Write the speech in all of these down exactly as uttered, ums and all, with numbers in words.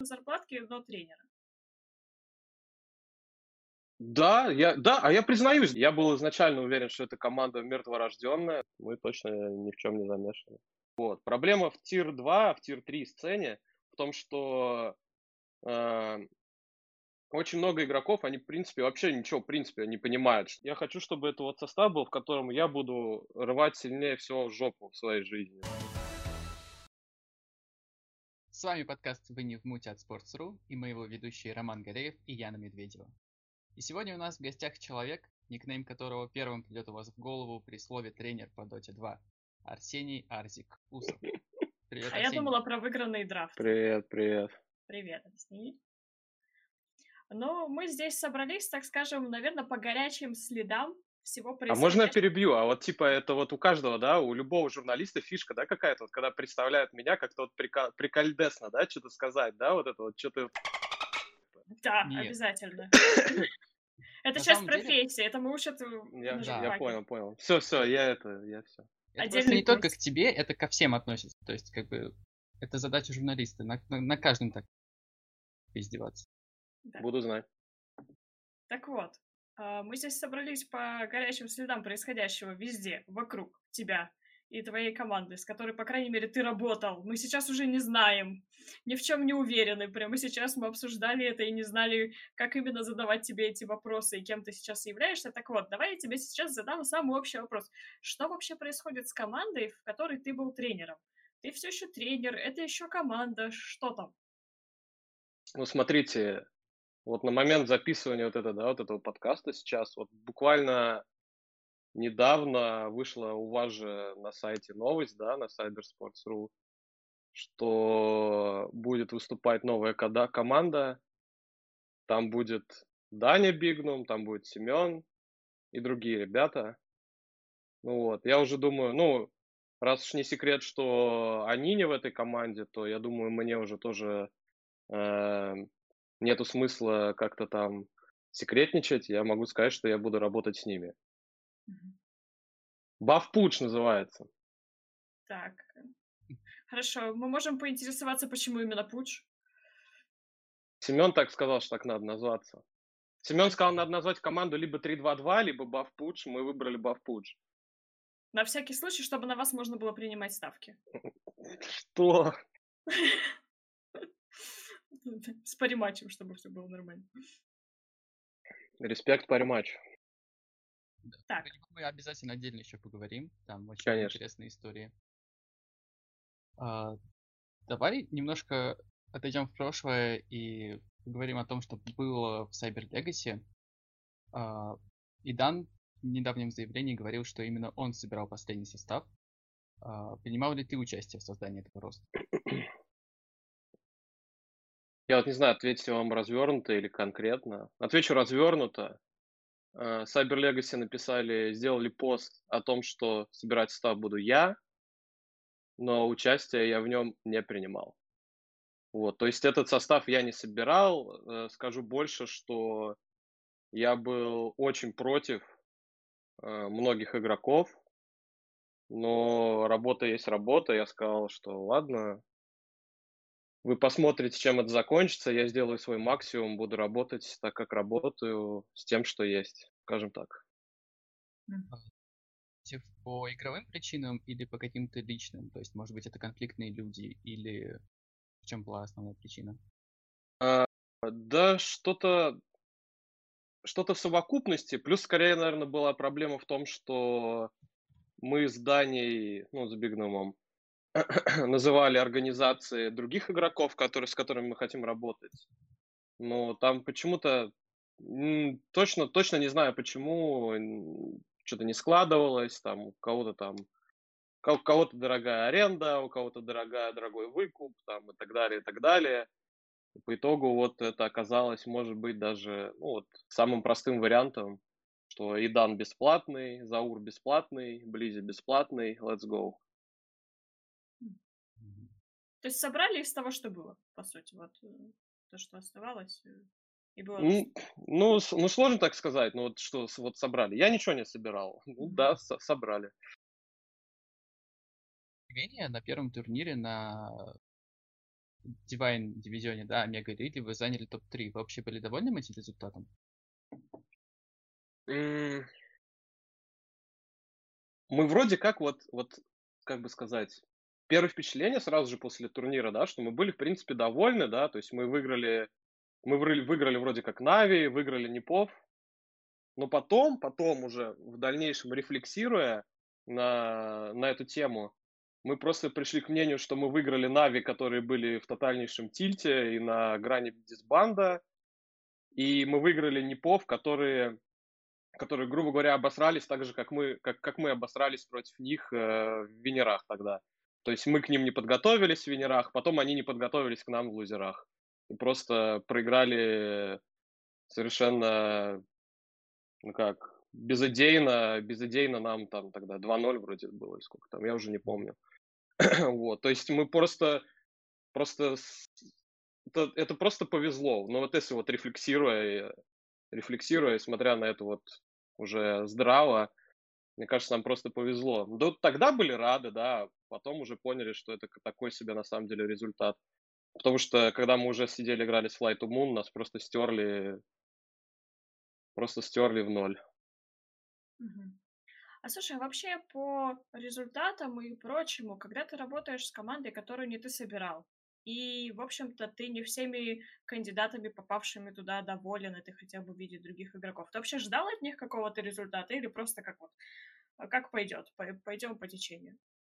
зарплатки, но тренера. Да, я, да, а я признаюсь, я был изначально уверен, что эта команда мертворожденная, мы точно ни в чем не замешаны. Вот. Проблема в тир два, в тир три сцене в том, что э, очень много игроков, они, в принципе, вообще ничего, в принципе, не понимают. Я хочу, чтобы это вот состав был, в котором я буду рвать сильнее всего в жопу в своей жизни. С вами подкаст «Вы не в муте» от Sports.ru и мы его ведущие Роман Гореев и Яна Медведева. И сегодня у нас в гостях человек, никнейм которого первым придет у вас в голову при слове «тренер» по Доте два. Арсений Арзик Усов. Привет, А Арсений. я думала про выигранный драфт. Привет, привет. Привет, Арсений. Ну, мы здесь собрались, так скажем, наверное, по горячим следам всего А происходящего. можно я перебью? А вот типа это вот у каждого, да, у любого журналиста фишка, да, какая-то, вот когда представляют меня, как-то вот прика- прикольдесно, да, что-то сказать, да, вот это вот что-то... Да, Нет. обязательно. Это На часть самом деле- профессии, это мы учат Я, на Да. я журфаке. понял, понял. Все, все, я это, я все. Это Отдельный просто не только курс. к тебе, это ко всем относится. То есть, как бы, это задача журналиста. На, на, на каждом так издеваться. Да. Буду знать. Так вот, а, мы здесь собрались по горячим следам происходящего везде, вокруг тебя и твоей команды, с которой, по крайней мере, ты работал. Мы сейчас уже не знаем, ни в чем не уверены. Прямо сейчас мы обсуждали это и не знали, как именно задавать тебе эти вопросы и кем ты сейчас являешься. Так вот, давай я тебе сейчас задам самый общий вопрос. Что вообще происходит с командой, в которой ты был тренером? Ты все еще тренер, это еще команда, что там? Ну, смотрите, вот на момент записывания вот этого, да, вот этого подкаста сейчас, вот буквально недавно вышла у вас же на сайте новость, да, на cybersports точка ru, что будет выступать новая кода- команда. Там будет Даня Бигнум, там будет Семен и другие ребята. Ну вот, я уже думаю, ну, раз уж не секрет, что они не в этой команде, то я думаю, мне уже тоже э, нету смысла как-то там секретничать. Я могу сказать, что я буду работать с ними. Бафпуч называется. Так, хорошо. Мы можем поинтересоваться, почему именно пуч? Семен так сказал, что так надо назваться. Семен сказал, надо назвать команду либо три два два, либо Бафпуч. Мы выбрали Бафпуч. На всякий случай, чтобы на вас можно было принимать ставки. Что? С париматчем, чтобы все было нормально. Респект париматч. Так. Про него мы обязательно отдельно еще поговорим. Там очень Конечно. интересные истории. А, давай немножко отойдем в прошлое и поговорим о том, что было в Cyber Legacy. А, Идан в недавнем заявлении говорил, что именно он собирал последний состав. А, принимал ли ты участие в создании этого роста? Я вот не знаю, ответить вам развернуто или конкретно. Отвечу развернуто. Э, Cyber Legacy написали, сделали пост о том, что собирать состав буду я, но участие я в нем не принимал. Вот, то есть этот состав я не собирал. Э, Скажу больше, что я был очень против э, многих игроков, но работа есть работа. Я сказал, что ладно, вы посмотрите, чем это закончится. Я сделаю свой максимум, буду работать так, как работаю, с тем, что есть, скажем так. Против по игровым причинам или по каким-то личным? То есть, может быть, это конфликтные люди или в чем была основная причина? А, Да, что-то что-то в совокупности. Плюс, скорее, наверное, была проблема в том, что мы с Даней, ну, с Бигномом, называли организации других игроков, которые, с которыми мы хотим работать. Но там почему-то м, точно, точно не знаю, почему м, что-то не складывалось, там у кого-то там ко- у кого-то дорогая аренда, у кого-то дорогая, дорогой выкуп, там и так далее, и так далее. И по итогу вот это оказалось, может быть, даже ну, вот, самым простым вариантом, что Идан бесплатный, Заур бесплатный, Близи бесплатный, let's go. То есть собрали из того, что было, по сути. Вот э, то, что оставалось, э, и было Ну, доступно. ну, с- ну, сложно так сказать, но вот что с- вот собрали. Я ничего не собирал. Ну Мгм. да, со- собрали. Менее на первом турнире на Divine дивизионе, да, Омега Элите вы заняли топ три. Вы вообще были довольны этим результатом? М, Мы вроде как вот, вот, как бы сказать, первое впечатление сразу же после турнира, да, что мы были, в принципе, довольны, да, то есть мы выиграли, мы вры- выиграли вроде как Нави, выиграли Непов, но потом, потом уже в дальнейшем рефлексируя на, на эту тему, мы просто пришли к мнению, что мы выиграли Нави, которые были в тотальнейшем тильте и на грани дисбанда, и мы выиграли Непов, которые, которые, грубо говоря, обосрались так же, как мы, как, как мы обосрались против них э, в Венерах тогда. То есть мы к ним не подготовились в Венерах, потом они не подготовились к нам в лузерах. И просто проиграли совершенно, ну как, безыдейно, безыдейно нам там тогда два ноль вроде было, или сколько там, я уже не помню. Вот, то есть мы просто, просто, с- это, это просто повезло. Но вот если вот рефлексируя, рефлексируя, смотря на это вот уже здраво, мне кажется, нам просто повезло. Да, тогда были рады, да, потом уже поняли, что это к- такой себе на самом деле результат. Потому что когда мы уже сидели, играли с Flight to Moon, нас просто стерли, просто стерли в ноль. Мгм. А слушай, а вообще по результатам и прочему, когда ты работаешь с командой, которую не ты собирал, и, в общем-то, ты не всеми кандидатами, попавшими туда, доволен, и ты хотел бы видеть других игроков, ты вообще ждал от них какого-то результата или просто как вот, а, как пойдет, пойдем по течению?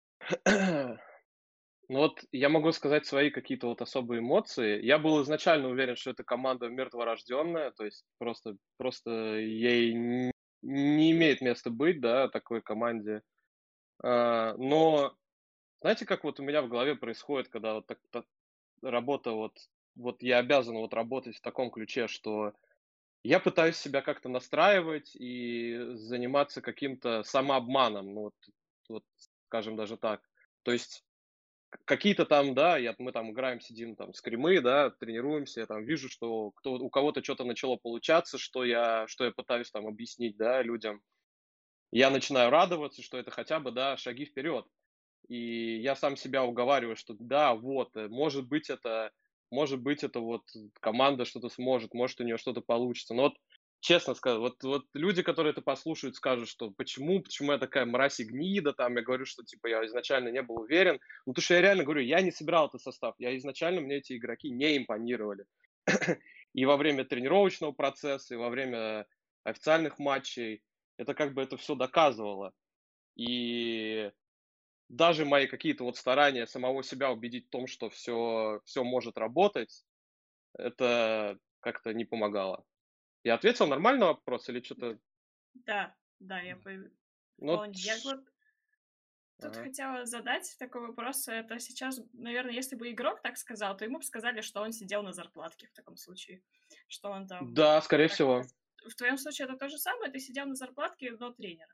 Ну вот я могу сказать свои какие-то вот особые эмоции. Я был изначально уверен, что эта команда мертворожденная, то есть просто, просто ей н- не имеет места быть, да, такой команде. А, Но знаете, как вот у меня в голове происходит, когда вот так, так работа вот, вот я обязан вот работать в таком ключе, что я пытаюсь себя как-то настраивать и заниматься каким-то самообманом, ну вот, вот скажем даже так. То есть какие-то там, да, я, мы там играем, сидим там скримы, да, тренируемся, я там вижу, что кто, у кого-то что-то начало получаться, что я, что я пытаюсь там объяснить, да, людям. Я начинаю радоваться, что это хотя бы, да, шаги вперед. И я сам себя уговариваю, что да, вот, э, может быть, это, может быть, это вот команда что-то сможет, может, у нее что-то получится. Но вот, честно сказать, вот, вот люди, которые это послушают, скажут, что почему, почему я такая мразь и гнида, там, я говорю, что, типа, я изначально не был уверен. Ну, потому что я реально говорю, я не собирал этот состав, я изначально, мне эти игроки не импонировали. И во время тренировочного процесса, и во время официальных матчей, это как бы это все доказывало. И даже мои какие-то вот старания самого себя убедить в том, что все, все может работать, это как-то не помогало. Я ответил нормально на вопрос или что-то? Да, да, я по- Ну, вполне. Я тш- вот тут ага. хотела задать такой вопрос. Это сейчас, наверное, если бы игрок так сказал, то ему бы сказали, что он сидел на зарплатке в таком случае. Что он там... Да, скорее как- всего. В твоем случае это то же самое, ты сидел на зарплатке, но тренера.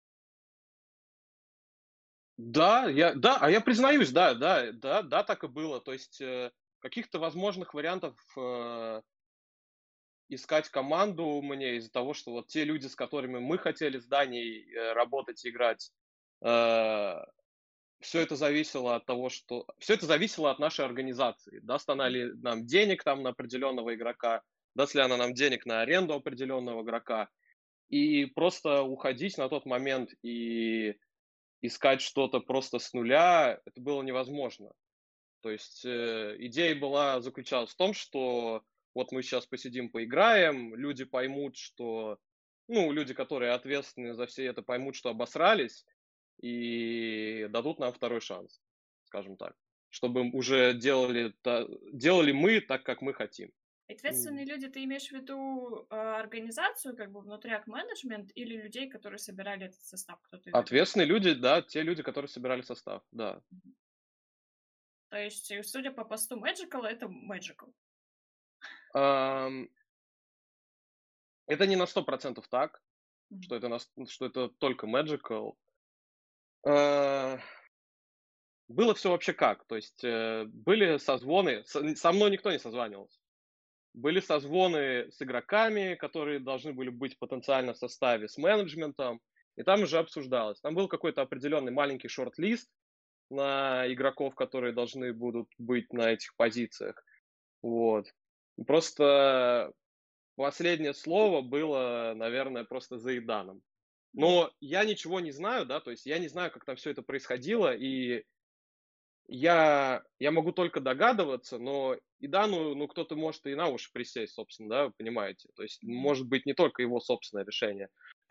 Да, я, да, а я признаюсь, да, да, да, да, так и было. То есть э, каких-то возможных вариантов э, искать команду мне из-за того, что вот те люди, с которыми мы хотели с Даней э, работать, играть, э, все это зависело от того, что... Все это зависело от нашей организации. Даст она ли нам денег там на определенного игрока, даст ли она нам денег на аренду определенного игрока. И просто уходить на тот момент и искать что-то просто с нуля, это было невозможно. То есть э, идея была, заключалась в том, что вот мы сейчас посидим, поиграем, люди поймут, что... Ну, люди, которые ответственны за все это, поймут, что обосрались, и дадут нам второй шанс, скажем так. Чтобы уже делали, та- делали мы так, как мы хотим. Ну, Ответственные люди, ты имеешь в виду э, организацию, как бы внутряк менеджмент, или людей, которые собирали этот состав, кто-то из игроков? ответственные люди, да, те люди, которые собирали состав, да. То есть, э, судя по посту Magical, это Magical. Ам, это не на сто процентов так, Мгм. что это, на с- что это только Magical. А, Было все вообще как? То есть э, были созвоны, со, со мной никто не созванивался. Были созвоны с игроками, которые должны были быть потенциально в составе, с менеджментом, и там уже обсуждалось. Там был какой-то определенный маленький шорт-лист, на игроков, которые должны будут быть на этих позициях. Вот. Просто последнее слово было, наверное, просто за Иданом. Но я ничего не знаю, да, то есть я не знаю, как там все это происходило, и я, я могу только догадываться, но Идану, ну, кто-то может и на уши присесть, собственно, да, вы понимаете. То есть Мгм. может быть не только его собственное решение.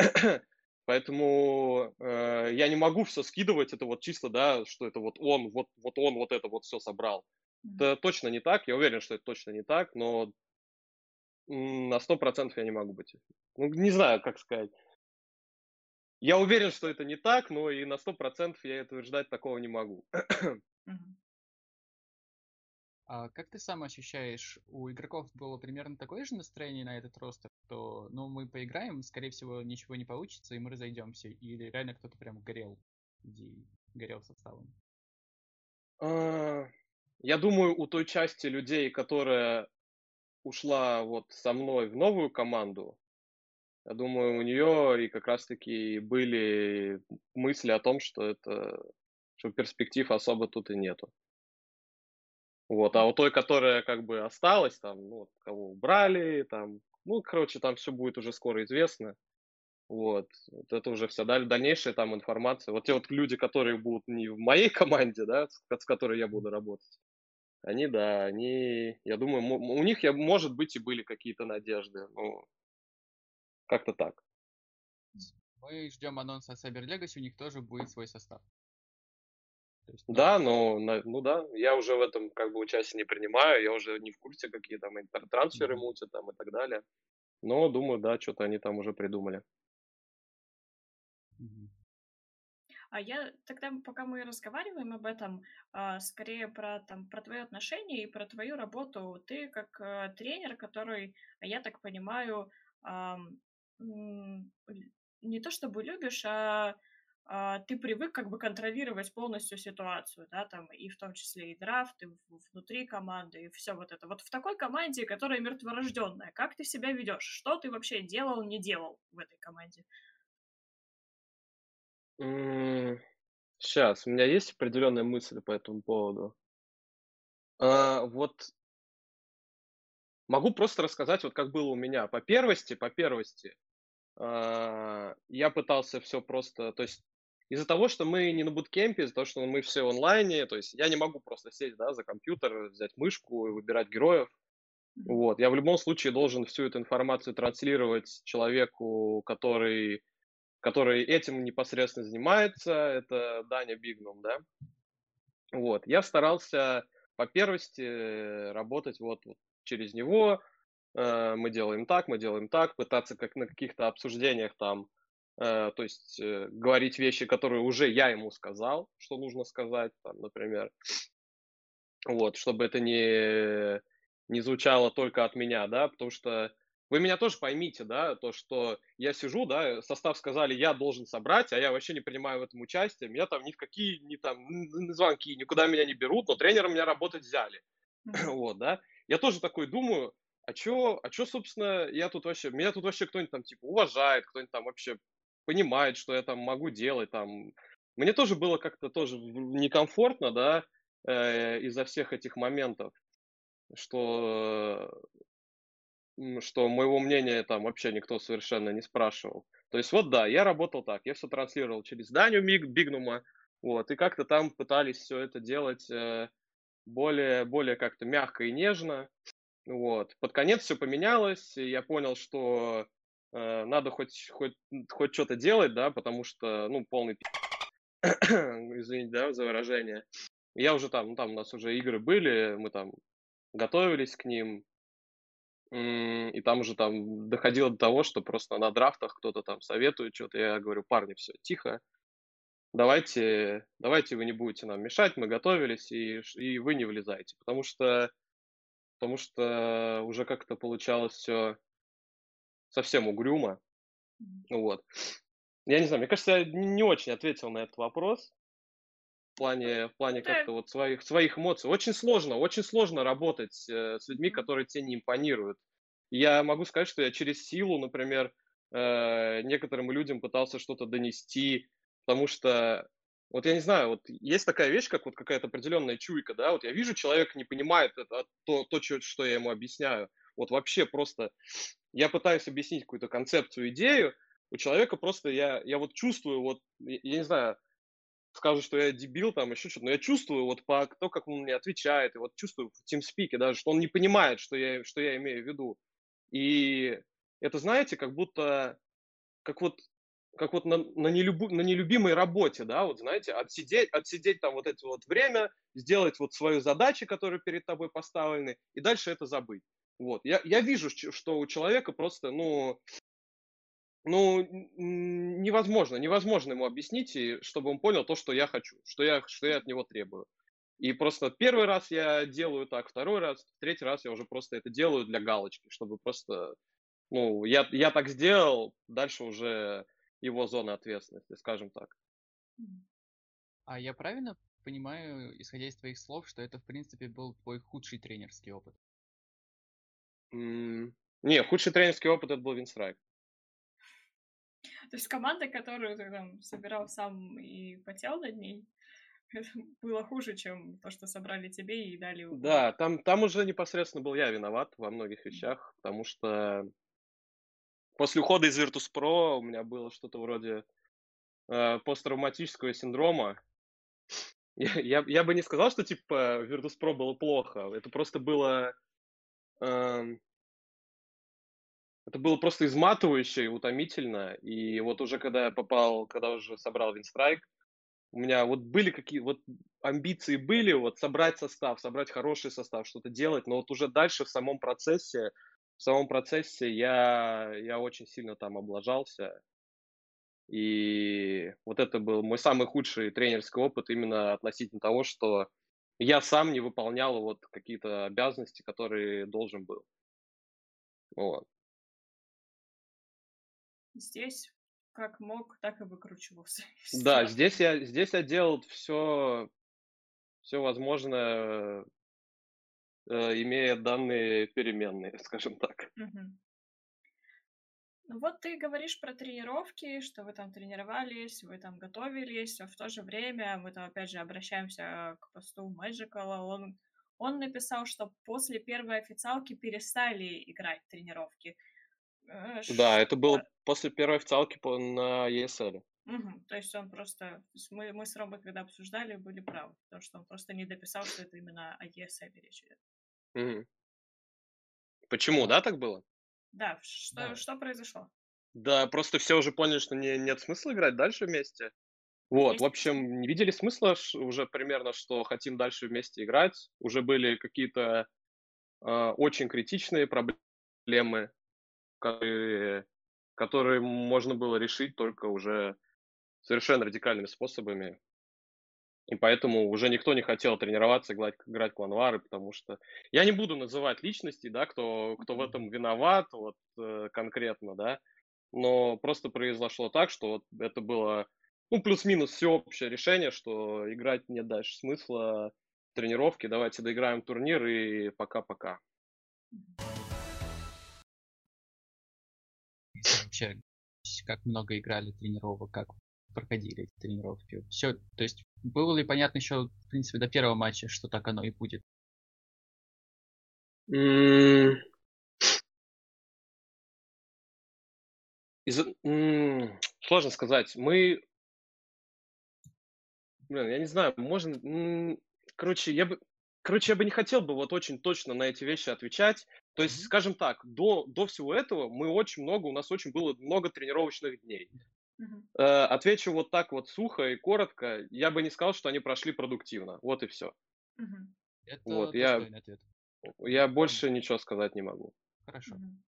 Поэтому э, я не могу все скидывать, это вот чисто, да, что это вот он, вот, вот он вот это вот все собрал. Мгм. Это точно не так, я уверен, что это точно не так, но м, на сто процентов я не могу быть. Ну, не знаю, как сказать. Я уверен, что это не так, но и на сто процентов я это утверждать такого не могу. Мгм. А как ты сам ощущаешь, у игроков было примерно такое же настроение на этот ростер, что, ну, мы поиграем, скорее всего, ничего не получится, и мы разойдемся, или реально кто-то прям горел идеей, горел составом? А, Я думаю, у той части людей, которая ушла вот со мной в новую команду, я думаю, у нее и как раз-таки были мысли о том, что это, что перспектив особо тут и нету. Вот, а у той, которая как бы осталась, там, ну, вот кого убрали, там, ну, короче, там все будет уже скоро известно. Вот, вот это уже вся даль- дальнейшая там информация. Вот те вот люди, которые будут не в моей команде, да, с, ко- с которой я буду работать, они, да, они, я думаю, мо- у них, я, может быть, и были какие-то надежды. Ну, как-то так. Мы ждем анонса Cyber Legacy, у них тоже будет свой состав. То есть, ну, Да, но, на- ну да, я уже в этом как бы участие не принимаю, я уже не в курсе, какие там и тр- трансферы мгм, мутят там и так далее. Но думаю, да, что-то они там уже придумали. мгм. А я тогда, пока мы разговариваем об этом, а, скорее про там про твои отношения и про твою работу. Ты как э, тренер, который, а я так понимаю, ам, м, л- не то чтобы любишь, а, а, ты привык как бы контролировать полностью ситуацию, да, там и в том числе и драфт, и в- внутри команды, и все вот это. Вот в такой команде, которая мертворожденная, как ты себя ведешь? Что ты вообще делал, не делал в этой команде? Сейчас, у меня есть определенная мысль по этому поводу. А, вот могу просто рассказать, вот как было у меня. По первости, по первости, а, я пытался все просто, то есть из-за того, что мы не на буткемпе, из-за того, что мы все онлайне, то есть я не могу просто сесть, да, за компьютер, взять мышку и выбирать героев. Мгм. Вот, я в любом случае должен всю эту информацию транслировать человеку, который, который этим непосредственно занимается, это Даня Бигнум, да. Вот, я старался по первости э, работать вот, вот через него. Э, мы делаем так, мы делаем так, пытаться как на каких-то обсуждениях там, э, то есть э, говорить вещи, которые уже я ему сказал, что нужно сказать, там, например, вот, чтобы это не, не звучало только от меня, да, потому что вы меня тоже поймите, да, то, что я сижу, да, состав сказали, я должен собрать, а я вообще не принимаю в этом участие, меня там ни в какие, ни там, н- н- звонки, никуда меня не берут, но тренером меня работать взяли. Мгм. Вот, да. Я тоже такой думаю, а чё, а чё, собственно, я тут вообще, меня тут вообще кто-нибудь там, типа, уважает, кто-нибудь там вообще понимает, что я там могу делать, там. Мне тоже было как-то тоже в- некомфортно, да, э, из-за всех этих моментов, что, м, что моего мнения там вообще никто совершенно не спрашивал. То есть вот да, я работал так, я все транслировал через Даню Миг, Бигнума, вот, и как-то там пытались все это делать э, более, более как-то мягко и нежно, вот. Под конец все поменялось, и я понял, что, э, надо хоть хоть хоть что то делать, да, потому что, ну, полный пи извините, да, за выражение. Я уже там, ну, там у нас уже игры были, мы там готовились к ним, м, и там уже там доходило до того, что просто на драфтах кто-то там советует что то. Я говорю: "Парни, все тихо, давайте давайте вы не будете нам мешать, мы готовились, и ш и вы не влезайте". Потому что потому что уже как-то получалось все совсем угрюмо. Мгм. Вот. Я не знаю, мне кажется, я не очень ответил на этот вопрос в плане, в Ну, плане ты как-то вот своих, своих эмоций. Очень сложно, очень сложно работать э, с людьми, Мгм. которые тебе не импонируют. Я могу сказать, что я через силу, например, э, некоторым людям пытался что-то донести, потому что Вот я не знаю, вот есть такая вещь, как вот какая-то определенная чуйка, да, вот я вижу, человек не понимает это, то, то чё- что я ему объясняю. Вот вообще просто я пытаюсь объяснить какую-то концепцию, идею, у человека просто я, я вот чувствую, вот, я, я не знаю, скажут, что я дебил, там еще что-то, но я чувствую вот по то, как он мне отвечает, и вот чувствую в TeamSpeak даже, что он не понимает, что я, что я имею в виду. И это, знаете, как будто, как вот, как вот на, на, нелюбу- на нелюбимой работе, да, вот знаете, отсидеть, отсидеть там вот это вот время, сделать вот свою задачу, которые перед тобой поставлены, и дальше это забыть. Вот. Я, я вижу, ч- что у человека просто, ну, ну, н- невозможно, невозможно ему объяснить, и чтобы он понял то, что я хочу, что я, что я от него требую. И просто первый раз я делаю так, второй раз, третий раз я уже просто это делаю для галочки, чтобы просто, ну, я, я так сделал, дальше уже его зона ответственности, скажем так. Мгм. А я правильно понимаю, исходя из твоих слов, что это, в принципе, был твой худший тренерский опыт? М, Не, худший тренерский опыт это был Винстрайк. То есть команда, которую ты там собирал сам и потел над ней, это было хуже, чем то, что собрали тебе и дали урок. Да, там, там уже непосредственно был я виноват во многих Мгм. вещах, потому что после ухода из Virtus.pro у меня было что-то вроде э, посттравматического синдрома. Я, я, я бы не сказал, что типа в Virtus.pro было плохо. Это просто было, эм, это было просто изматывающе и утомительно. И вот уже когда я попал, когда уже собрал Винстрайк, у меня вот были какие вот амбиции были, вот собрать состав, собрать хороший состав, что-то делать, но вот уже дальше в самом процессе, в самом процессе я, я очень сильно там облажался. И вот это был мой самый худший тренерский опыт именно относительно того, что я сам не выполнял вот какие-то обязанности, которые должен был. Вот. Здесь как мог, так и выкручивался из Да, здесь ситуации. я, здесь я делал все, все возможное, э, имея данные переменные, скажем так. Мгм. Ну вот ты говоришь про тренировки, что вы там тренировались, вы там готовились, а в то же время мы там опять же обращаемся к посту Magical. Он, он написал, что после первой официалки перестали играть тренировки. Э, Да, Что? это было после первой официалки по- на и эс эл. Мгм. То есть он просто... то есть Мы, мы с Ромой, когда обсуждали, были правы, потому что он просто не дописал, что это именно о и эс эл речь идет. Мгм. Почему, А, да, так было? Да, что, да. что произошло? Да, просто все уже поняли, что не, нет смысла играть дальше вместе. Вот, в Естественно. общем, не видели смысла ш- уже примерно, что хотим дальше вместе играть. Уже были какие-то а, очень критичные проблемы, которые, которые можно было решить только уже совершенно радикальными способами. И поэтому уже никто не хотел тренироваться, играть, играть в кланвары, потому что я не буду называть личностей, да, кто, кто в Мгм. этом виноват, вот э, конкретно, да, но просто произошло так, что вот это было, ну, плюс-минус всеобщее решение, что играть нет дальше смысла в тренировке, давайте доиграем турнир и пока-пока. Если вообще с- как много играли тренировок, как проходили эти тренировки. Все, то есть было ли понятно еще, в принципе, до первого матча, что так оно и будет? М, из- м, Сложно сказать. Мы, блин, я не знаю, можно, м, короче, я бы, короче, я бы не хотел бы вот очень точно на эти вещи отвечать. То есть, Мгм. скажем так, до, до всего этого мы очень много, у нас очень было много тренировочных дней. Мгм. Э, Отвечу вот так вот сухо и коротко, я бы не сказал, что они прошли продуктивно. Вот и все. Мгм. Это Вот, я, достойный ответ. я Ладно, больше ничего сказать не могу. хорошо. Мгм.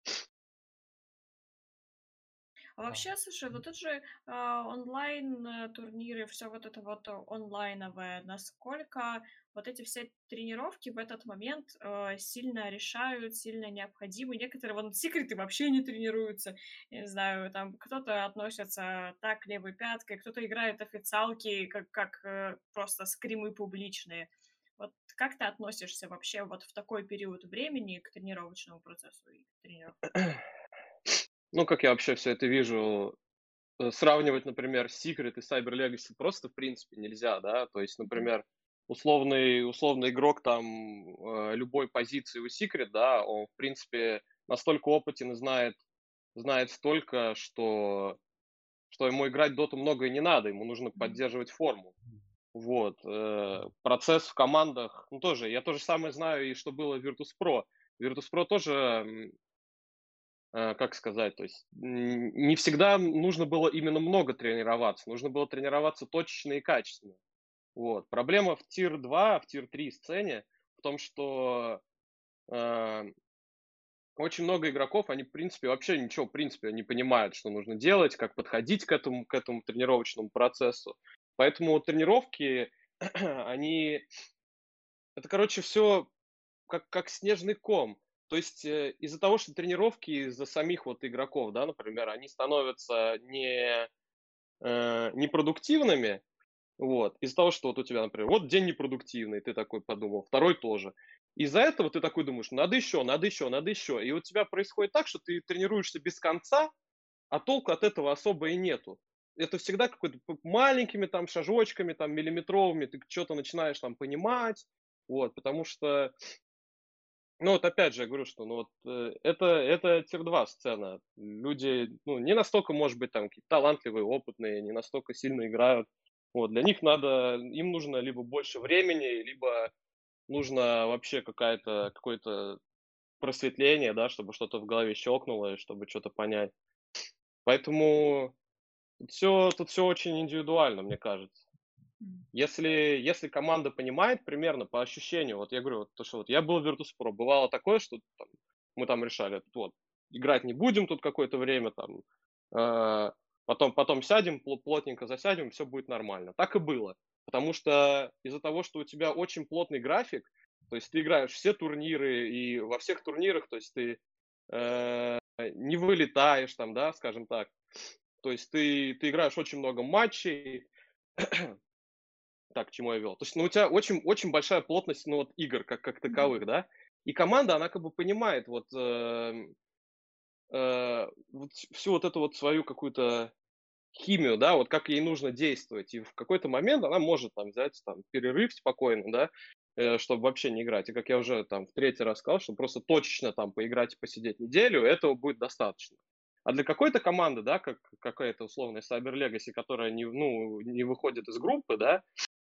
А А, вообще, слушай, мгм. вот это же а, онлайн э, турниры, все вот это вот э, онлайновое, насколько вот эти все тренировки в этот момент э, сильно решают, сильно необходимы. Некоторые вон секреты вообще не тренируются, я не знаю, там кто-то относится так левой пяткой, кто-то играет официалки, как, как э, просто скримы публичные. Вот как ты относишься вообще вот в такой период времени к тренировочному процессу и к тренировкам? Ну, как я вообще все это вижу, э, сравнивать, например, Secret и Cyber Legacy просто в принципе нельзя, да. То есть, Мгм. например, условный, условный игрок там э, любой позиции у Secret, да, он в принципе настолько опытен и знает, знает столько, что, что ему играть доту много и не надо, ему нужно Мгм. поддерживать форму. Вот. э, Процесс в командах, ну тоже, я то же самое знаю и что было в Virtus.pro. Virtus.pro тоже, м, э, как сказать, то есть м, не всегда нужно было именно много тренироваться, нужно было тренироваться точечно и качественно. Вот. Проблема в тир два, в тир три сцене в том, что э, очень много игроков, они, в принципе, вообще ничего, в принципе, не понимают, что нужно делать, как подходить к этому, к этому тренировочному процессу. Поэтому тренировки, они, это, короче, все как, как снежный ком. То есть э, из-за того, что тренировки из-за самих вот игроков, да, например, они становятся не, э, непродуктивными, вот, из-за того, что вот у тебя, например, вот день непродуктивный, ты такой подумал, второй тоже. Из-за этого ты такой думаешь, надо еще, надо еще, надо еще. И у тебя происходит так, что ты тренируешься без конца, а толку от этого особо и нету. Это всегда какой-то п- маленькими там шажочками, там миллиметровыми, ты что-то начинаешь там понимать, вот, потому что, ну вот опять же я говорю, что ну вот э, это, это тир два сцена. Люди, ну, не настолько, может быть, там какие-то талантливые, опытные, не настолько сильно играют. Вот, для них надо, им нужно либо больше времени, либо нужно вообще какая-то, какое-то просветление, да, чтобы что-то в голове щелкнуло, и чтобы что-то понять. Поэтому тут все, тут все очень индивидуально, мне кажется. М. Если, если команда понимает примерно по ощущению, вот я говорю, вот то, что вот я был в Virtus.pro, бывало такое, что там, мы там решали, вот, играть не будем тут какое-то время, там, э, потом, потом сядем, пл- плотненько засядем, все будет нормально. Так и было. Потому что из-за того, что у тебя очень плотный график, то есть ты играешь все турниры, и во всех турнирах, то есть ты э, не вылетаешь там, да, скажем так. То есть ты, ты играешь очень много матчей, так, к чему я вел. То есть, ну, у тебя очень, очень большая плотность, ну, вот, игр как, как Мгм. таковых, да, и команда, она как бы понимает вот, э, э, вот всю вот эту вот свою какую-то химию, да, вот как ей нужно действовать, и в какой-то момент она может там взять там перерыв спокойно, да, э, чтобы вообще не играть. И как я уже там в третий раз сказал, что просто точечно там поиграть и посидеть неделю, этого будет достаточно. А для какой-то команды, да, как какая-то условная Cyber Legacy, которая не, ну, не выходит из группы, да,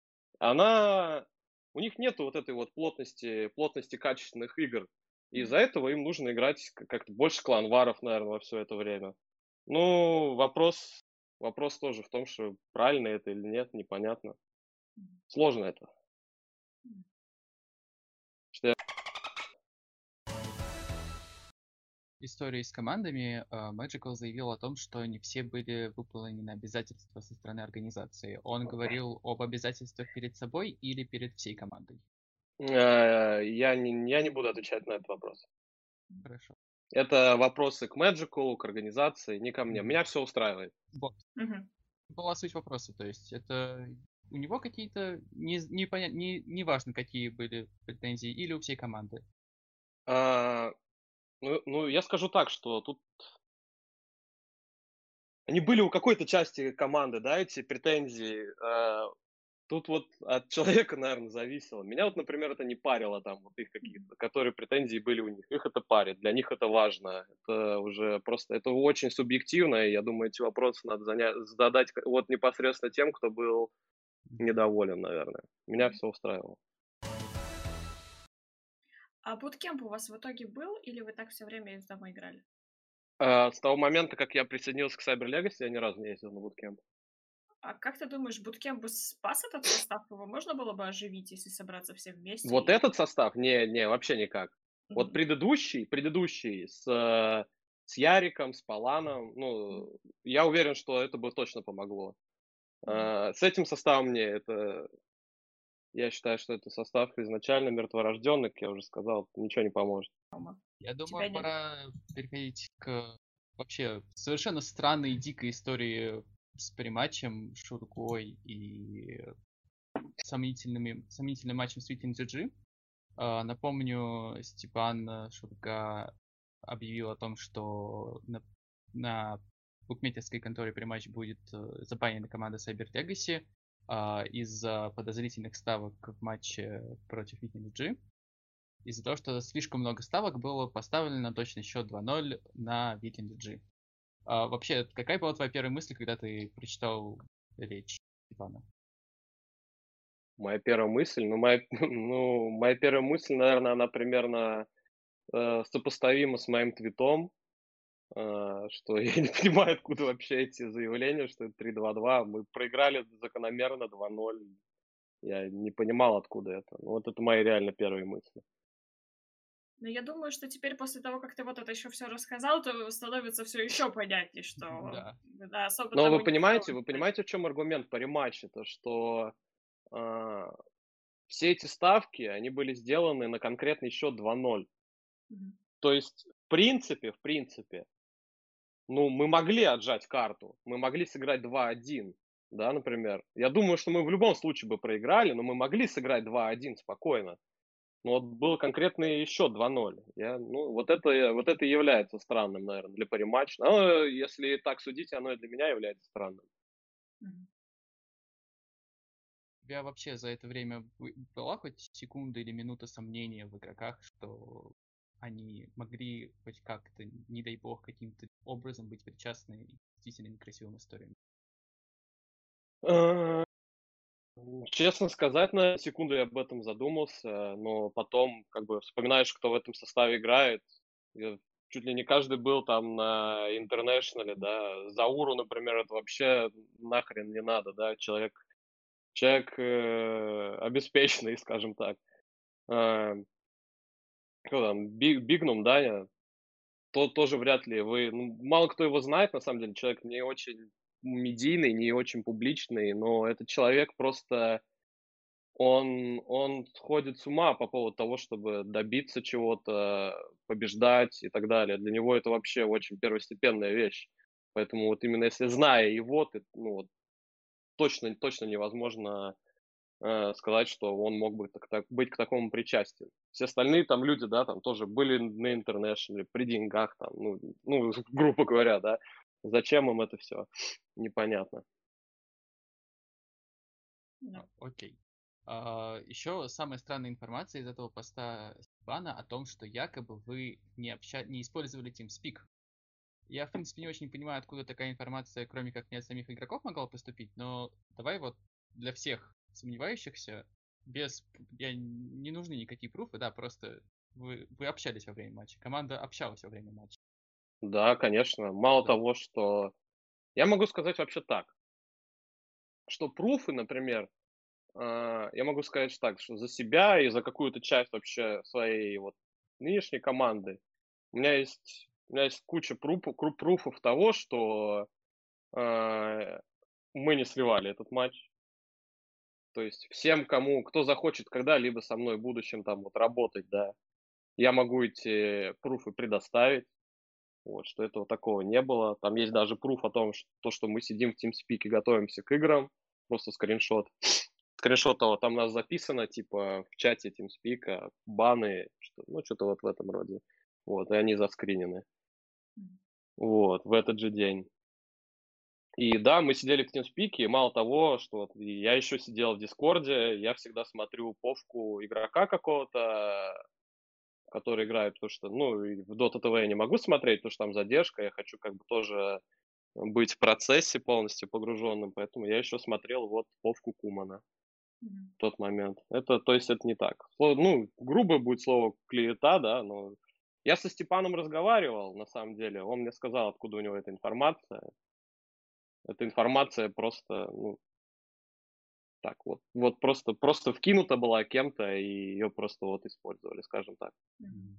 она, у них нету вот этой вот плотности, плотности качественных игр. И из-за М. этого им нужно играть к- как-то больше кланваров, наверное, во все это время. Ну, вопрос, вопрос тоже в том, что правильно это или нет, непонятно. М. Сложно это. М. Что я- Истории с командами а, Magical заявил о том, что не все были выполнены обязательства со стороны организации. Он говорил об обязательствах перед собой или перед всей командой? Э, Я не, я не буду отвечать на этот вопрос. Хорошо. Это вопросы к Magical, к организации, не ко мне. Мгм. Меня все устраивает. Вот, Мгм. была суть вопроса. То есть это у него какие-то, не, не, поня- не, не важно, какие были претензии, или у всей команды. А, ну, ну, я скажу так, что тут они были у какой-то части команды, да, эти претензии. а, Тут вот от человека, наверное, зависело. Меня вот, например, это не парило там, вот их каких-то, которые претензии были у них. Их это парит, для них это важно. Это уже просто, это очень субъективно, и я думаю, эти вопросы надо занять, задать к- вот непосредственно тем, кто был Мгм. недоволен, наверное. Меня Мгм. все устраивало. А буткемп у вас в итоге был, или вы так все время из дома играли? А, С того момента, как я присоединился к Cyber Legacy, я ни разу не ездил на буткемп. А как ты думаешь, буткемп бы спас этот состав? Его можно было бы оживить, если собраться все вместе Вот и... этот состав? Не, не, вообще никак. Вот Мгм. предыдущий, предыдущий с, э, с Яриком, с Паланом, Мгм. ну, я уверен, что это бы точно помогло. Мгм. А, С этим составом мне это, я считаю, что это состав изначально мертворожденный, как я уже сказал, ничего не поможет. Рома, Я думаю, тебя нет. пора переходить к вообще совершенно странной и дикой истории с приматчем, Шургой и сомнительными, сомнительным матчем с Weekend джи джи. А, Напомню, Степан э, Шурга объявил о том, что на, на букмекерской конторе Pre-Match будет э, забанена команда Cyber Legacy а, из-за подозрительных ставок в матче против Weekend G. Из-за того, что слишком много ставок было поставлено на точный счет два ноль на Weekend G. А, вообще, какая была твоя первая мысль, когда ты прочитал речь Степана? Моя первая мысль, ну, моя, ну, моя первая мысль, наверное, она примерно э, сопоставима с моим твитом, э, что я не понимаю, откуда вообще эти заявления, что это три два два. Мы проиграли закономерно два ноль. Я не понимал, откуда это. Ну, вот это мои реально первые мысли. Но я думаю, что теперь после того, как ты вот это еще все рассказал, то становится все еще понятнее, что Да. да, особо Но того вы не понимаете, стало вы ждать. понимаете, в чем аргумент по рематче? То, что а, все эти ставки, они были сделаны на конкретный счет два ноль. Мгм. То есть, в принципе, в принципе, ну, мы могли отжать карту, мы могли сыграть два один, да, например. Я думаю, что мы в любом случае бы проиграли, но мы могли сыграть два один спокойно. Но вот был конкретный счет два ноль. Я, ну, вот это, вот это и является странным, наверное, для париматча. Но если так судить, оно и для меня является странным. Мгм. У тебя вообще за это время бы- была хоть секунда или минута сомнения в игроках, что они могли хоть как-то, не дай бог, каким-то образом быть причастны к действительно некрасивым историям? Э, Честно сказать, на секунду я об этом задумался, но потом, как бы, вспоминаешь, кто в этом составе играет. Я- Чуть ли не каждый был там на интернешнале, да. Зауру, например, это вообще нахрен не надо, да. Человек, человек э, обеспеченный, скажем так. Э, Кто там, Биг, Бигнум, Даня, то тоже вряд ли вы, ну, мало кто его знает, на самом деле, человек не очень медийный, не очень публичный, но этот человек просто, он, он сходит с ума по поводу того, чтобы добиться чего-то, побеждать и так далее. Для него это вообще очень первостепенная вещь. Поэтому вот именно если зная его, ты, ну, вот, точно, точно невозможно э, сказать, что он мог бы так, так, быть к такому причастен. Все остальные там люди, да, там тоже были на интернешнале, при деньгах, там, ну, ну, грубо говоря, да. Зачем им это все? Непонятно. Да. А, Окей. А, еще самая странная информация из этого поста Степана о том, что якобы вы не, обща... не использовали TeamSpeak. Я, в принципе, не очень понимаю, откуда такая информация, кроме как не от самих игроков, могла поступить, но давай вот для всех сомневающихся, без... Я... не нужны никакие пруфы, да, просто вы, вы общались во время матча, команда общалась во время матча. Да, конечно. Мало Да. того, что... Я могу сказать вообще так, что пруфы, например, э, я могу сказать так, что за себя и за какую-то часть вообще своей вот нынешней команды у меня есть, у меня есть куча пруфов, пруфов того, что э, мы не сливали этот матч. То есть всем, кому, кто захочет когда-либо со мной в будущем там вот работать, да, я могу эти пруфы предоставить, вот, что этого такого не было. Там есть даже пруф о том, что, то, что мы сидим в TeamSpeak и готовимся к играм, просто скриншот. Скриншот того, там у нас записано, типа, в чате TeamSpeak, баны, что, ну, что-то вот в этом роде. Вот, и они заскринены. Мгм. Вот, в этот же день. И да, мы сидели в TeamSpeak, и мало того, что вот и я еще сидел в Дискорде, я всегда смотрю повку игрока какого-то, который играет, потому что, ну, и в Dota ти ви я не могу смотреть, потому что там задержка, я хочу как бы тоже быть в процессе полностью погруженным, поэтому я еще смотрел вот повку Кумана Мгм. в тот момент. Это, то есть это не так. Сло- Ну, грубо будет слово клевета, да, но я со Степаном разговаривал, на самом деле, он мне сказал, откуда у него эта информация. Эта информация просто, ну, так вот, вот просто, просто вкинута была кем-то, и ее просто вот использовали, скажем так. Мгм. М,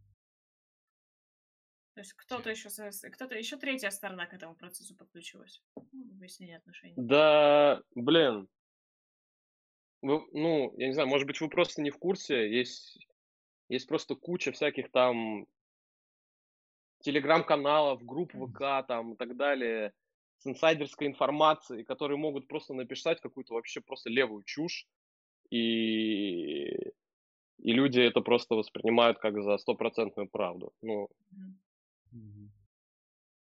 То есть кто-то еще, кто-то еще третья сторона к этому процессу подключилась. Ну, выяснение отношений. Да, блин, вы, ну, я не знаю, может быть, вы просто не в курсе, есть, есть просто куча всяких там телеграм-каналов, групп ВК там и так далее, с инсайдерской информацией, которые могут просто написать какую-то вообще просто левую чушь, и, и люди это просто воспринимают как за стопроцентную правду. Ну, Мгм. мгм.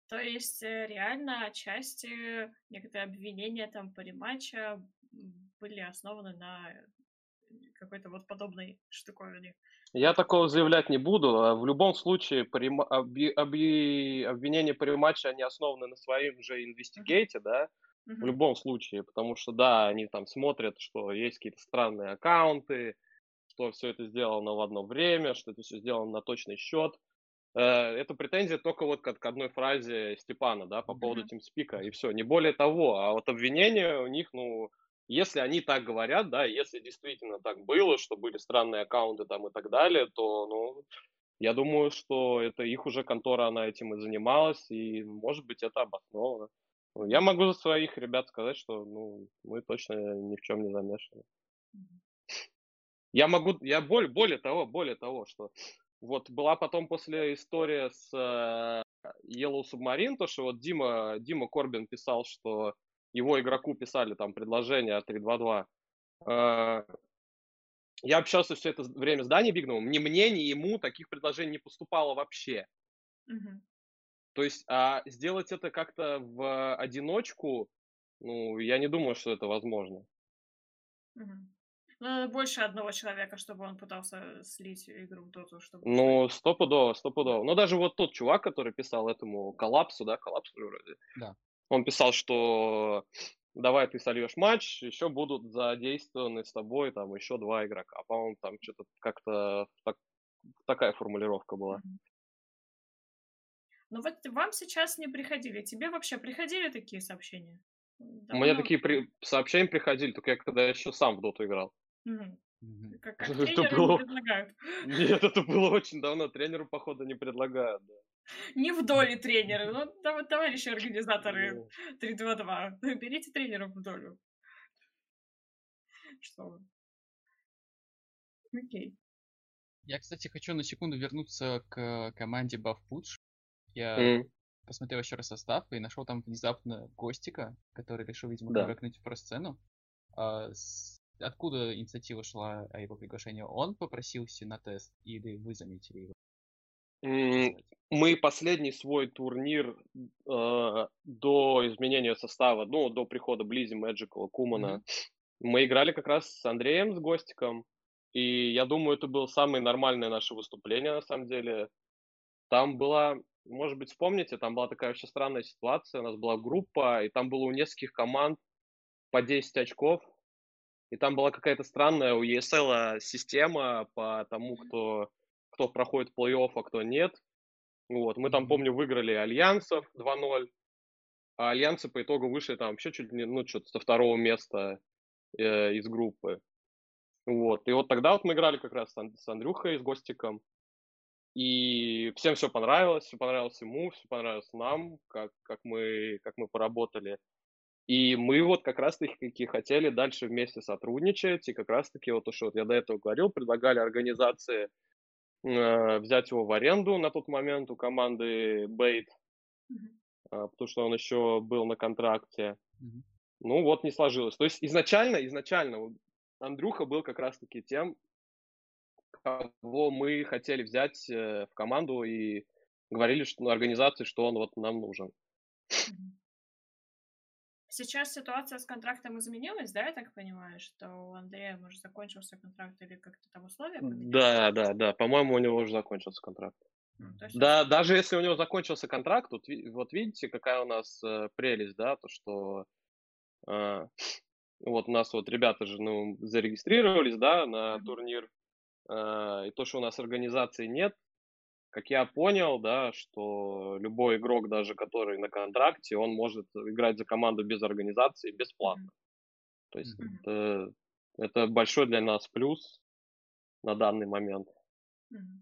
То есть э, реально отчасти некоторые обвинения там по рематча были основаны на какой-то вот подобной штуковине. Я такого заявлять не буду. а В любом случае, по рема- обви- обви- обвинения по рематчу, они основаны на своем же Мгм. инвестигейте, да, в Мгм. любом случае, потому что, да, они там смотрят, что есть какие-то странные аккаунты, что все это сделано в одно время, что это все сделано на точный счет. Э, Это претензия только вот к, к одной фразе Степана, да, по поводу Мгм. TeamSpeak, и все, не более того. А вот обвинения у них, ну, если они так говорят, да, если действительно так было, что были странные аккаунты там и так далее, то, ну, я думаю, что это их уже контора, она этим и занималась, и, может быть, это обосновано. Ну, Я Мгм. могу за своих ребят сказать, что, ну, мы точно ни в чем не замешаны. Мгм. Я могу, я более, более того, более того, что вот была потом после история с э, Yellow Submarine, то, что вот Дима, Дима Корбин писал, что его игроку писали там предложение три два два. Э, Я общался все это время с Даней Бигновым, ни мне, ни ему таких предложений не поступало вообще. Мгм. То есть а сделать это как-то в одиночку, ну, я не думаю, что это возможно. Мгм. Ну, надо больше одного человека, чтобы он пытался слить игру в доту, чтобы устроить. Ну, стопудово, стопудово. Но даже вот тот чувак, который писал этому коллапсу, да, коллапсу вроде, Да. он писал, что давай ты сольешь матч, еще будут задействованы с тобой там еще два игрока. По-моему, там что-то как-то так- такая формулировка была. Мгм. Ну вот вам сейчас не приходили. Тебе вообще приходили такие сообщения? Мне Довольно... такие при- сообщения приходили, только я когда еще сам в доту играл. Мгм. Мгм. Как, как Это тренеры не было... предлагают. Нет, это было очень давно. Тренеру, походу, не предлагают. Да. Не в доле тренеры. Ну, да- товарищи организаторы Ну, три два два. Берите тренеров в долю. Что вы. Окей. Я, кстати, хочу на секунду вернуться к команде Buff Push. Я м, посмотрел еще раз состав и нашел там внезапно Гостика, который решил, видимо, Да. камбэкнуть в про-сцену. А, с- Откуда инициатива шла о его приглашении? Он попросился на тест или вы заметили его? М, Сказать? Мы последний свой турнир э, до изменения состава, ну, до прихода Близи, Мэджикала, Кумана, Мгм. мы играли как раз с Андреем, с Гостиком, и я думаю, это было самое нормальное наше выступление, на самом деле. Там была, может быть, вспомните, там была такая вообще странная ситуация, у нас была группа, и там было у нескольких команд по десять очков, и там была какая-то странная у и эс эл система по тому, кто, кто проходит плей-офф, а кто нет. Вот, мы там, Мгм. помню, выиграли Альянсов два ноль, а Альянсы по итогу вышли там вообще чуть ли не, ну, что-то со второго места э, из группы. Вот, и вот тогда вот мы играли как раз с, Ан- с Андрюхой, с Гостиком, и всем все понравилось, все понравилось ему, все понравилось нам, как, как, мы, как мы поработали. И мы вот как раз-таки хотели дальше вместе сотрудничать, и как раз-таки вот то, что вот я до этого говорил, предлагали организации э, взять его в аренду на тот момент у команды Бейт, Мгм. а, потому что он еще был на контракте. Мгм. Ну вот не сложилось. То есть изначально, изначально вот Андрюха был как раз-таки тем, кого мы хотели взять э, в команду и говорили, что на организации, что он вот нам нужен. Мгм. Сейчас ситуация с контрактом изменилась, да, я так понимаю, что у Андрея, может, закончился контракт или как-то там условия поменялись? Да, да, да. По-моему, у него уже закончился контракт. Ну, то есть он... Да, даже если у него закончился контракт, вот, ви- вот видите, какая у нас э, прелесть, да, то, что э, вот у нас вот ребята же, ну, зарегистрировались, да, на Мгм. турнир, э, и то, что у нас организации нет, как я понял, да, что любой игрок, даже который на контракте, он может играть за команду без организации Мгм. бесплатно. То есть Мгм. Мгм. это, это большой для нас плюс на данный момент. Мгм.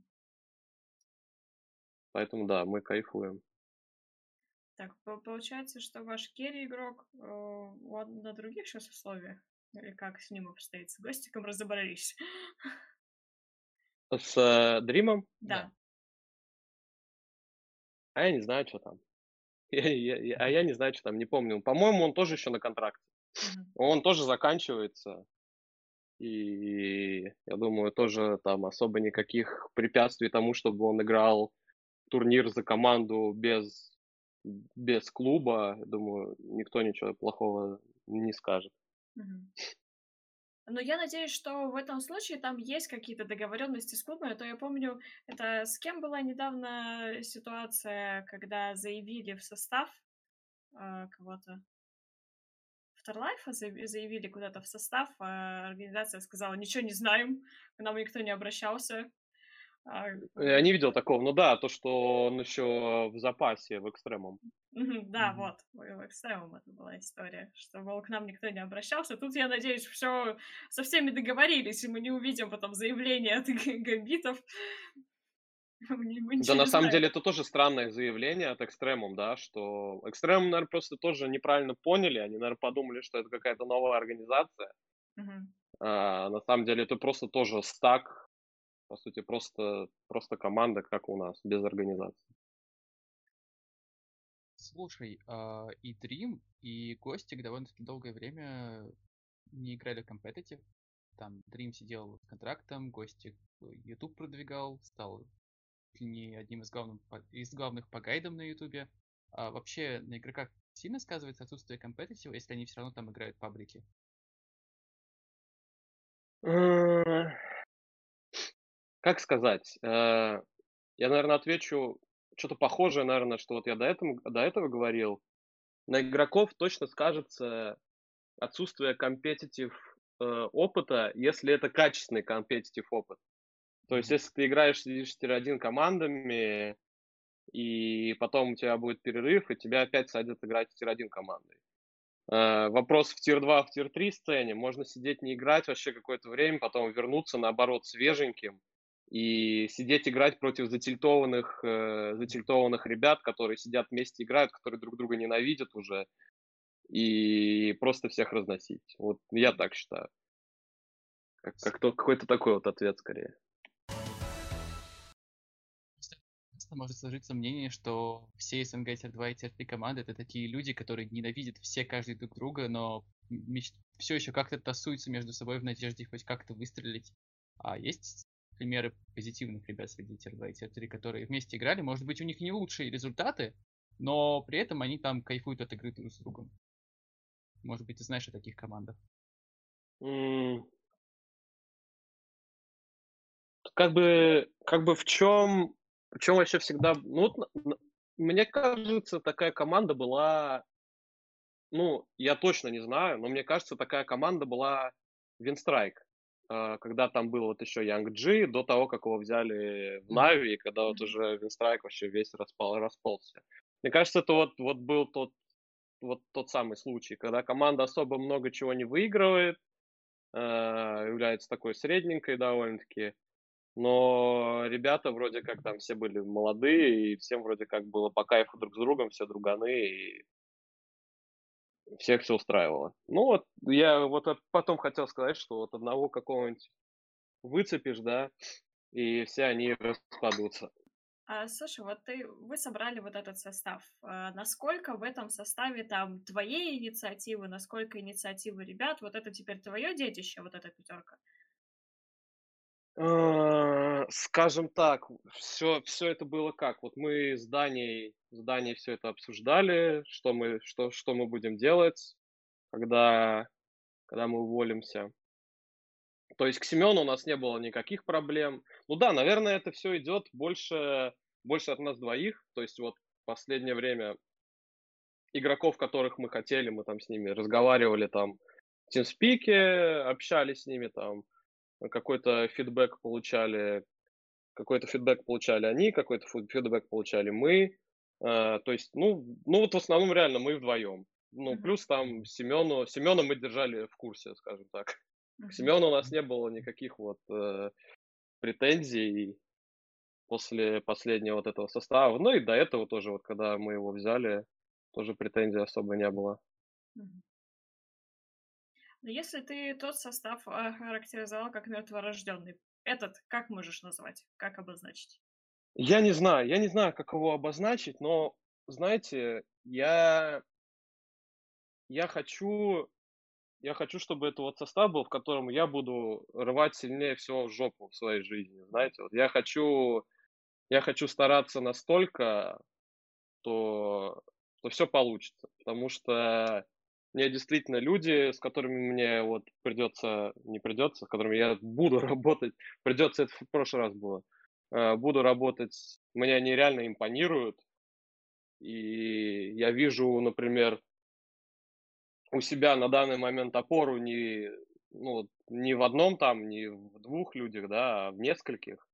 Поэтому да, мы кайфуем. Так, по- получается, что ваш керри-игрок э, он на других сейчас условиях? Или как с ним обстоит? С Гостиком разобрались? С э, Дримом? Да. Да. А я не знаю, что там. Я- я- я- а я не знаю, что там, не помню. По-моему, он тоже еще на контракте. Мгм. Он тоже заканчивается. И я думаю, тоже там особо никаких препятствий тому, чтобы он играл турнир за команду без без клуба, думаю, никто ничего плохого не скажет. Мгм. Но я надеюсь, что в этом случае там есть какие-то договоренности с клубами. А то я помню, это с кем была недавно ситуация, когда заявили в состав а, кого-то. Afterlife заяви- заявили куда-то в состав, а организация сказала, ничего не знаем, к нам никто не обращался. А, Я не видел такого. Ну да, то, что он еще в запасе, в экстремум. Мгм, Да, Мгм. вот, в в Экстремум это была история, что, мол, к нам никто не обращался. Тут, я надеюсь, все со всеми договорились, и мы не увидим потом заявление от г- гамбитов. Мы не- мы Да, ничего на не самом знаем. деле это тоже странное заявление от экстремум, да, что экстремум, наверное, просто тоже неправильно поняли. Они, наверное, подумали, что это какая-то новая организация. Мгм. А на самом деле это просто тоже стак, по сути, просто, просто команда, как у нас, без организации. Слушай, а, и Dream, и Костик довольно-таки долгое время не играли в компетитив. Там Dream сидел с контрактом, Костик э, YouTube продвигал, стал чуть ли не одним из главных, по- из главных по гайдам на YouTube. А вообще на игроках сильно сказывается отсутствие компетитива, если они все равно там играют паблики? Э, Как сказать? Э, Я, наверное, отвечу что-то похожее, наверное, что вот я до этого, до этого говорил. На игроков точно скажется отсутствие компетитив э, опыта, если это качественный компетитив опыт. То есть, Мгм. если ты играешь, сидишь в тир один командами, и потом у тебя будет перерыв, и тебя опять садят играть в тир один командой. Э, вопрос в тир два, в тир три сцене. Можно сидеть не играть вообще какое-то время, потом вернуться, наоборот, свеженьким и сидеть играть против затильтованных, э, затильтованных ребят, которые сидят вместе играют, которые друг друга ненавидят уже, и просто всех разносить. Вот я так считаю. Как, как то, какой-то такой вот ответ скорее. Просто просто может сложиться мнение, что все СНГ тир два и тир три команды это такие люди, которые ненавидят все каждый друг друга, но все еще как-то тасуются между собой в надежде хоть как-то выстрелить. А есть примеры позитивных ребят среди тир два и тир три, которые вместе играли. Может быть, у них не лучшие результаты, но при этом они там кайфуют от игры друг с другом. Может быть, ты знаешь о таких командах. М, Как бы, как бы в чем, в чем вообще всегда, ну, вот, н- н- мне кажется, такая команда была, ну, я точно не знаю, но мне кажется, такая команда была Винстрайк, когда там был вот еще Янг Джи, до того, как его взяли в Мгм. Нави, и когда вот Мгм. уже Винстрайк вообще весь распал, расползся. Мне кажется, это вот, вот был тот, вот тот самый случай, когда команда особо много чего не выигрывает, э, является такой средненькой довольно-таки, но ребята вроде как там все были молодые, и всем вроде как было по кайфу друг с другом, все друганы, и всех все устраивало. Ну вот, я вот от- потом хотел сказать, что вот одного какого-нибудь выцепишь, да, и все они распадутся. А, слушай, вот ты, вы собрали вот этот состав. А, насколько в этом составе там твоей инициативы, насколько инициативы ребят, вот это теперь твое детище, вот эта пятерка? А, Скажем так, все, все это было как? Вот мы с Даней, с Даней все это обсуждали, что мы, что, что мы будем делать, когда, когда мы уволимся. То есть к Семену у нас не было никаких проблем. Ну да, наверное, это все идет больше, больше от нас двоих. То есть вот в последнее время игроков, которых мы хотели, мы там с ними разговаривали там в TeamSpeak, общались с ними там, какой-то фидбэк получали, какой-то фидбэк получали они, какой-то фу- фидбэк получали мы. Э, То есть, ну, ну вот в основном реально мы вдвоем. Ну, Мгм. плюс там Мгм. Семену, Семена мы держали в курсе, скажем так. К Мгм. Семену у нас не было никаких вот э, претензий после последнего вот этого состава. Ну и до этого тоже, вот когда мы его взяли, тоже претензий особо не было. Мгм. Но если ты тот состав а, характеризовал как мертворожденный, этот как можешь назвать? Как обозначить? Я не знаю, я не знаю, как его обозначить, но, знаете, я, я хочу, я хочу, чтобы это вот состав был, в котором я буду рвать сильнее всего в жопу в своей жизни, знаете. Вот я хочу, я хочу стараться настолько, что что все получится. Потому что мне действительно люди, с которыми мне вот придется, не придется, с которыми я буду работать, придется, это в прошлый раз было, э, буду работать, мне они реально импонируют. И я вижу, например, у себя на данный момент опору не, ну, вот не в одном там, не в двух людях, да, а в нескольких.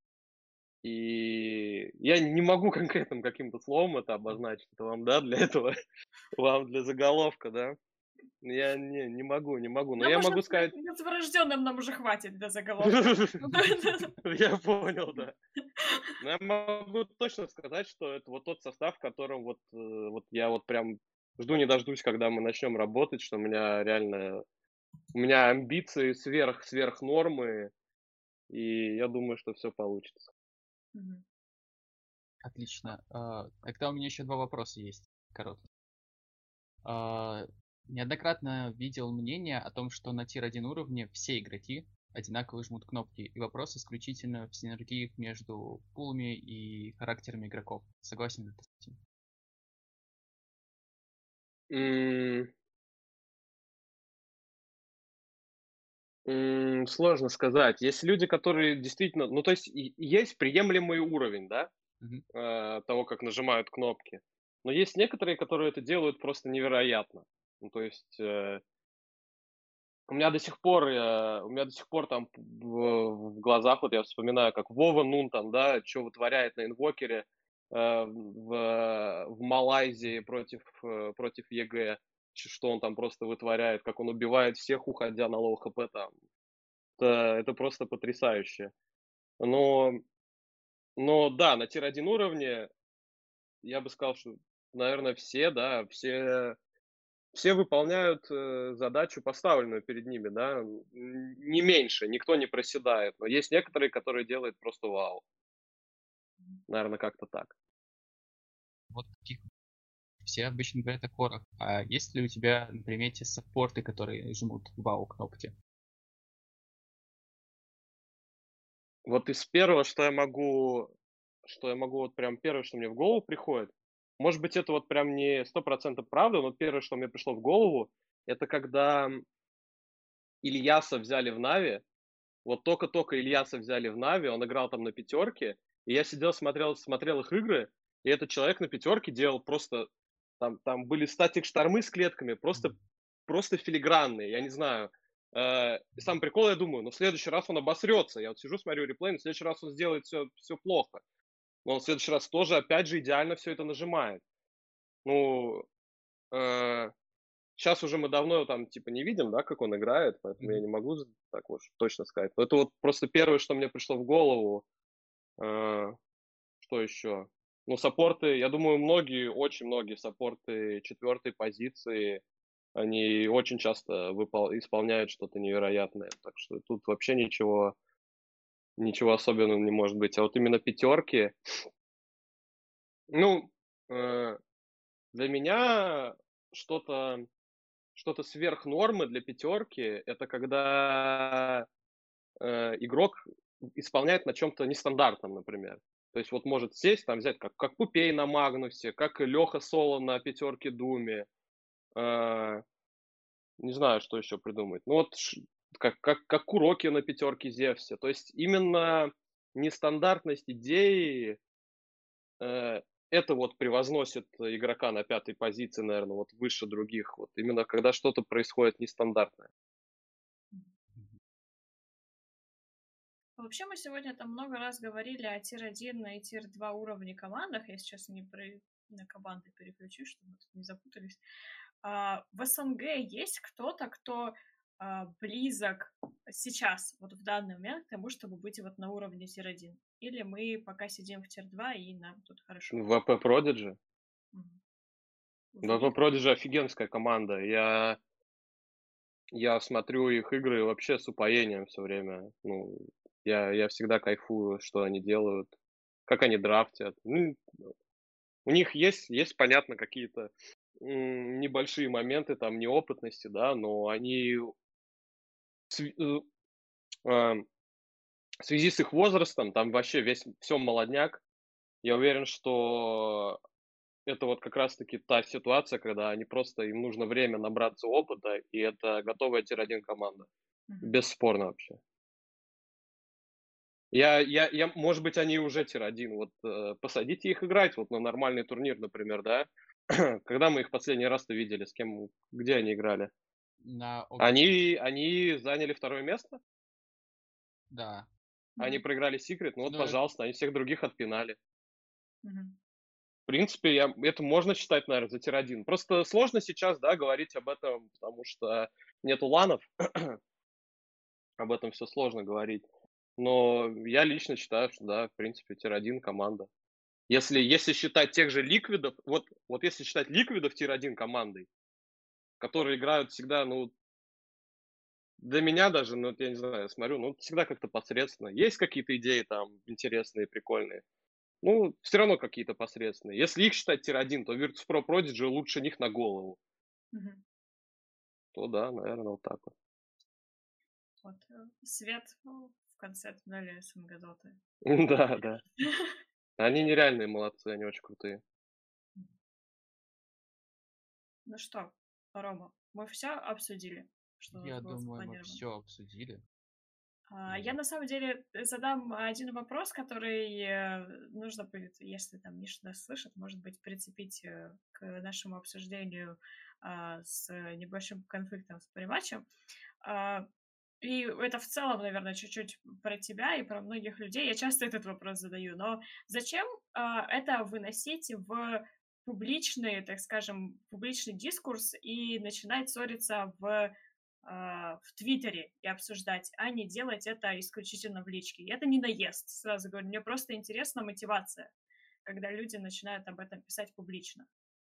И я не могу конкретным каким-то словом это обозначить. Это вам, да, для этого, вам для заголовка, да. Я не, не могу, не могу. Но Нам я уже могу сказать... новорожденным нам уже хватит для заголовка. Я понял, да. Но я могу точно сказать, что это вот тот состав, в котором вот, э, вот я вот прям жду не дождусь, когда мы начнем работать, что у меня реально, у меня амбиции сверх, сверх нормы, и я думаю, что все получится. Мгм. Отлично. А, Тогда у меня еще два вопроса есть, коротких. А, Неоднократно видел мнение о том, что на тир один уровне все игроки одинаково жмут кнопки, и вопрос исключительно в синергиях между пулами и характерами игроков. Согласен ли ты с этим? М, м, Сложно сказать. Есть люди, которые действительно, ну то есть и- есть приемлемый уровень, да, Мгм. э, того, как нажимают кнопки. Но есть некоторые, которые это делают просто невероятно. Ну, то есть э, у меня до сих пор, э, у меня до сих пор там в, в глазах, вот я вспоминаю, как Вова Нун там, да, что вытворяет на инвокере э, в, в Малайзии против, э, против ЕГЭ, ч- что он там просто вытворяет, как он убивает всех, уходя на лоу хп там. Это, это просто потрясающе. Но, но да, на тир один уровне я бы сказал, что, наверное, все, да, все все выполняют, э, задачу, поставленную перед ними, да, н не меньше, никто не проседает. Но есть некоторые, которые делают просто вау. Наверное, как-то так. Вот таких все обычно говорят о корах. А есть ли у тебя на примете саппорты, которые жмут вау кнопки? Вот из первого, что я могу что я могу, вот прям первое, что мне в голову приходит, может быть, это вот прям не сто процентов правда, но первое, что мне пришло в голову, это когда Ильяса взяли в "Нави". Вот только-только Ильяса взяли в "Нави", он играл там на пятерке, и я сидел, смотрел смотрел их игры, и этот человек на пятерке делал просто там там были статик-штормы с клетками, просто просто филигранные, я не знаю. Э, и сам прикол, я думаю, ну, в следующий раз он обосрется. Я вот сижу, смотрю реплей, но в следующий раз он сделает все все плохо. Но он в следующий раз тоже, опять же, идеально все это нажимает. Ну, э Сейчас уже мы давно его там типа не видим, да, как он играет, поэтому я Мгм. не могу з так уж точно сказать. Но это вот просто первое, что мне пришло в голову. Э, что еще? Ну, саппорты, я думаю, многие, очень многие саппорты четвертой позиции, они очень часто выпол исполняют что-то невероятное. Так что тут вообще ничего ничего особенного не может быть. А вот именно пятерки, ну, э, для меня что-то что-то сверх нормы для пятерки — это когда э, игрок исполняет на чем-то нестандартном, например. То есть вот может сесть, там взять, как, как Пупей на Магнусе, как Леха Соло на пятерке Думе. э, Не знаю, что еще придумать. Ну вот ш- как, как, как Куроки на пятерке Зевсе. То есть именно нестандартность идеи, э, это вот превозносит игрока на пятой позиции, наверное, вот выше других. Вот именно когда что-то происходит нестандартное. Вообще мы сегодня там много раз говорили о тир один и тир два уровне командах. Я сейчас не про на команды переключу, чтобы мы тут не запутались. А, в СНГ есть кто-то, кто а, близок сейчас, вот в данный момент, к тому, чтобы быть вот на уровне тир один? Или мы пока сидим в тир два и нам тут хорошо? ви пи Prodigy. Мгм. Вот у ви пи них... Prodigy офигенская команда. Я, я смотрю их игры и вообще с упоением все время. Ну, я, я всегда кайфую, что они делают, как они драфтят. Ну, у них есть, есть, понятно, какие-то м, небольшие моменты там неопытности, да, но они св- э, а, в связи с их возрастом, там вообще весь, все молодняк. Я уверен, что это вот как раз-таки та ситуация, когда они просто, им нужно время набраться опыта, и это готовая тир один команда. Мгм. Бесспорно вообще. Я я я может быть, они уже тир один. Вот, э, посадите их играть вот на нормальный турнир, например, да. Когда мы их последний раз-то видели, с кем, где они играли? На ОГ Они они заняли второе место? Да. Они Мгм. проиграли Secret, ну вот, Ну, э пожалуйста, они всех других отпинали. Мгм. В принципе, я это можно считать, наверно, за тир один. Просто сложно сейчас, да, говорить об этом, потому что нету ланов. Об этом всё сложно говорить. Но я лично считаю, что да, в принципе, тир один команда. Если если считать тех же ликвидов, вот вот если считать ликвидов тир один командой, которые играют всегда, ну для меня даже, ну, вот я не знаю, я смотрю, ну, всегда как-то посредственно. Есть какие-то идеи там интересные, прикольные, ну, всё равно какие-то посредственные. Если их считать тир один, то Virtus.pro Prodigy лучше них на голову. Мгм. То да, наверно, вот так вот. Вот, э, свет, ну, в конце туннеля СНГ Доты. Да, да. Они нереальные молодцы, они очень крутые. Ну что, Рома, мы всё обсудили, что у нас Я было думаю, мы запланировано? всё обсудили. А, я И на самом деле, э, задам один вопрос, который, э, нужно будет, если там Миша нас слышит, может быть, прицепить, э, к нашему обсуждению, а, с небольшим конфликтом с париматчем. А, и это в целом, наверно, чуть-чуть про тебя и про многих людей. Я часто этот вопрос задаю, но зачем, а, это выносить в публичный, так скажем, публичный дискурс и начинать ссориться в, а, в "Твиттере" и обсуждать, а не делать это исключительно в личке? Это не наезд, сразу говорю. Мне просто интересна мотивация, когда люди начинают об этом писать публично.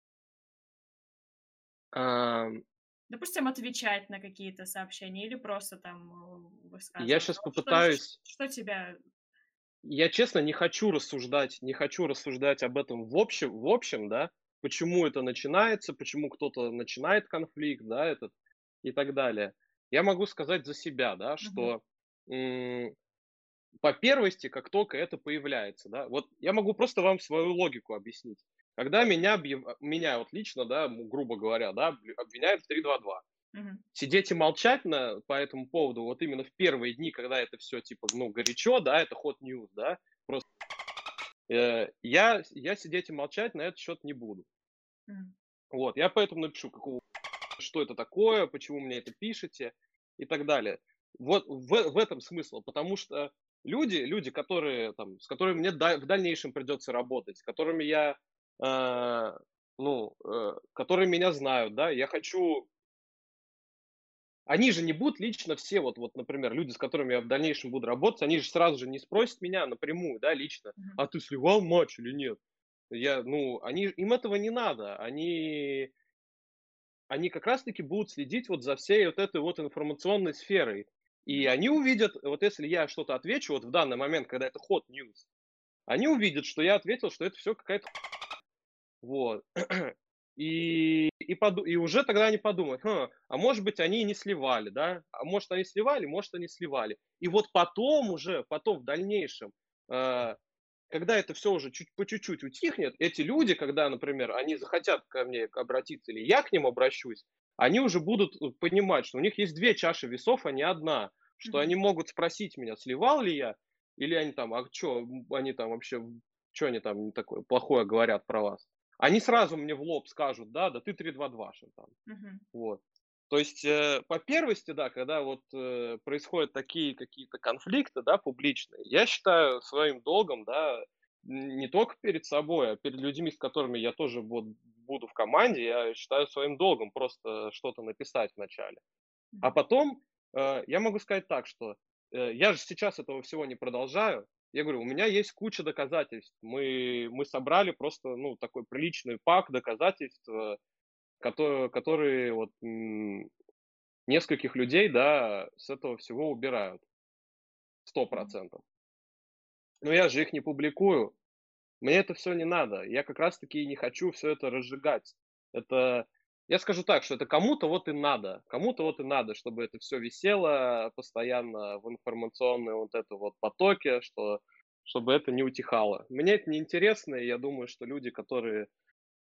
Ам. Допустим, отвечать на какие-то сообщения или просто там, э, Я высказываться. щас Вот что ш попытаюсь что тебя Я, честно, не хочу рассуждать не хочу рассуждать об этом в общем в общем, да. Почему это начинается, почему кто-то начинает конфликт, да, этот и так далее. Я могу сказать за себя, да, Мгм. что, м, по первости, как тока это появляется, да, вот я могу просто вам свою логику объяснить. Когда меня объяв меня вот лично, да, м, грубо говоря, да, об обвиняют в три два два. Мгм. Сидеть и молчать на по этому поводу вот именно в первые дни, когда это всё типа, ну, горячо, да, это hot news, да, просто э, я я сидеть и молчать на этот счет не буду. Мгм. Вот, я поэтому напишу, какого что это такое, почему мне это пишете и так далее. Вот в в этом смысл, потому что люди люди, которые там, с которыми мне да в дальнейшем придется работать, с которыми я, а, ну, э, которые меня знают, да, я хочу Они же не будут лично все, вот вот, например, люди, с которыми я в дальнейшем буду работать, они же сразу же не спросят меня напрямую, да, лично: Мгм. "А ты сливал матч или нет?" Я, ну, они им этого не надо. Они они как раз таки будут следить вот за всей вот этой вот информационной сферой. И Мгм. они увидят, вот если я что-то отвечу вот в данный момент, когда это hot news, они увидят, что я ответил, что это всё какая-то Вот. И и поду и уже тогда они подумают: "Хм, а может быть, они и не сливали, да? А может, они сливали, может, и не сливали". И вот потом уже, потом в дальнейшем, а, когда это всё уже чуть по чуть-чуть утихнет, эти люди, когда, например, они захотят ко мне обратиться или я к ним обращусь, они уже будут, э, понимать, что у них есть две чаши весов, а не одна. Что Мгм. они могут спросить меня, сливал ли я, или они там, а чё, м, они там вообще, чё они там такое плохое говорят про вас. Они сразу мне в лоб скажут: "Да, да ты три два двашник там". Мгм. Вот. То есть, э, по первости, да, когда вот, э, происходят такие какие-то конфликты, да, публичные, я считаю своим долгом, да, н не тока перед собой, а перед людьми, с которыми я тоже вот буду в команде, я считаю своим долгом просто что-то написать вначале. А Мгм. потом, э, я могу сказать так, что, э, я же сейчас этого всего не продолжаю. Я говорю, у меня есть куча доказательств. Мы мы собрали просто, ну, такой приличный пак доказательств, э, кото которые вот, м, нескольких людей, да, с этого всего убирают. сто Мгм. процентов. Но я же их не публикую. Мне это всё не надо. Я как раз таки и не хочу всё это разжигать. Это я скажу так, что это кому-то вот и надо. Кому-то вот и надо, чтобы это всё висело постоянно в информационной вот это вот потоке, что чтобы это не утихало. Мне это не интересно, и я думаю, что люди, которые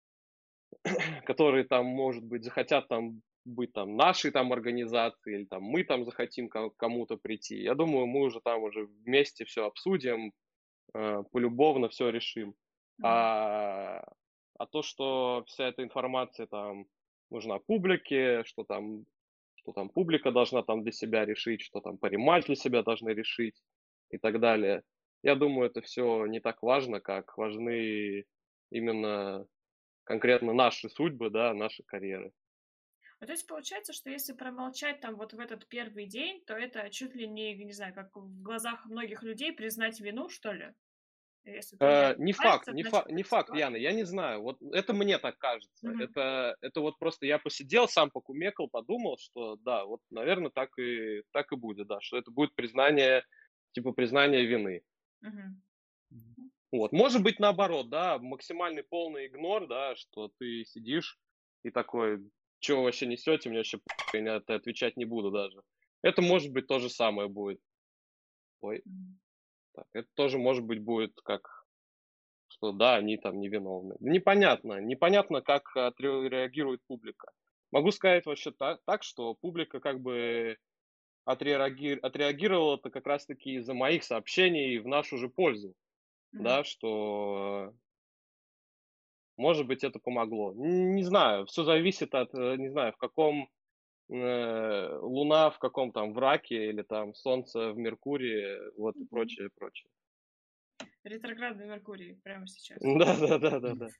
которые там, может быть, захотят там быть там нашей там организацией, или там мы там захотим ко- кому-то прийти. Я думаю, мы уже там уже вместе все обсудим, э, полюбовно все решим. Мгм. А, а то, что вся эта информация там нужна публике, что там, что там публика должна там для себя решить, что там париматч для себя должны решить и так далее. Я думаю, это все не так важно, как важны именно конкретно наши судьбы, да, наши карьеры. Ну, то есть получается, что если промолчать там вот в этот первый день, то это чуть ли не, не знаю, как в глазах многих людей признать вину, что ли? Если кто не Э, не факт, отзывается, не значит, факт, не это факт, ситуация. Яна, я не знаю. Вот это мне так кажется. Мгм. Это, это вот просто я посидел, сам покумекал, подумал, что да, вот, наверное, так и, так и будет, да, что это будет признание, типа признание вины. Мгм. Мгм. Вот. Может быть, наоборот, да, максимальный полный игнор, да, что ты сидишь и такой, что вы вообще несете, мне вообще похуй, я на это отвечать не буду даже. Это может быть то же самое будет. Ой, Мгм. так, это тоже может быть будет как, что да, они там невиновны. Непонятно, непонятно, как отреагирует публика. Могу сказать вообще так, так что публика как бы отреаги- отреагировала-то как раз-таки из-за моих сообщений в нашу же пользу, Мгм. да, что может быть, это помогло. Н Не знаю, все зависит от, э, не знаю, в каком, э, Луна в каком там враке или там Солнце в Меркурии, вот и Мгм. прочее, прочее. Ретроградный Меркурий прямо сейчас. Да-да-да-да-да.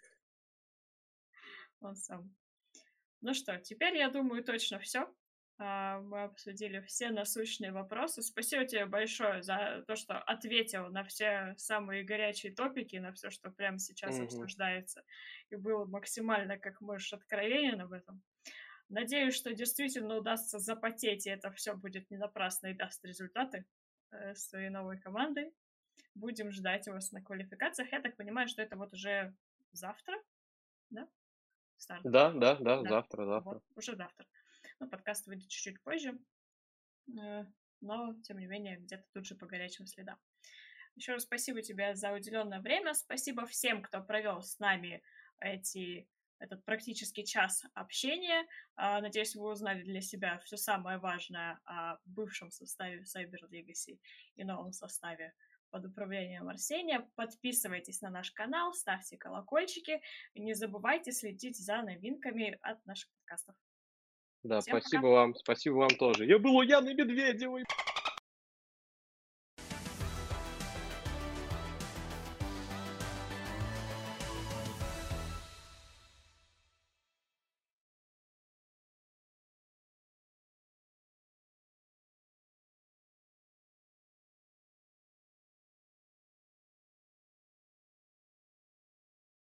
Он сам. Ну что, теперь, я думаю, точно все. Мы обсудили все насущные вопросы. Спасибо тебе большое за то, что ответил на все самые горячие топики, на все, что прямо сейчас Мгм. обсуждается, и был максимально, как можешь, откровенен об этом. Надеюсь, что действительно удастся запотеть, и это все будет не напрасно и даст результаты э, с твоей новой командой. Будем ждать вас на квалификациях. Я так понимаю, что это вот уже завтра, да? Старт. Да, да, да, Да, завтра, вот, завтра. уже завтра. Ну, подкаст выйдет чуть-чуть позже, э, но, тем не менее, где-то тут же по горячим следам. Еще раз спасибо тебе за уделенное время. Спасибо всем, кто провел с нами эти, этот практически час общения. А, Надеюсь, вы узнали для себя все самое важное о бывшем составе Cyber Legacy и новом составе под управлением Арсения. Подписывайтесь на наш канал, ставьте колокольчики и не забывайте следить за новинками от наших подкастов. Да, Всем пока! спасибо вам, спасибо вам тоже. Я был у Яны Медведевой.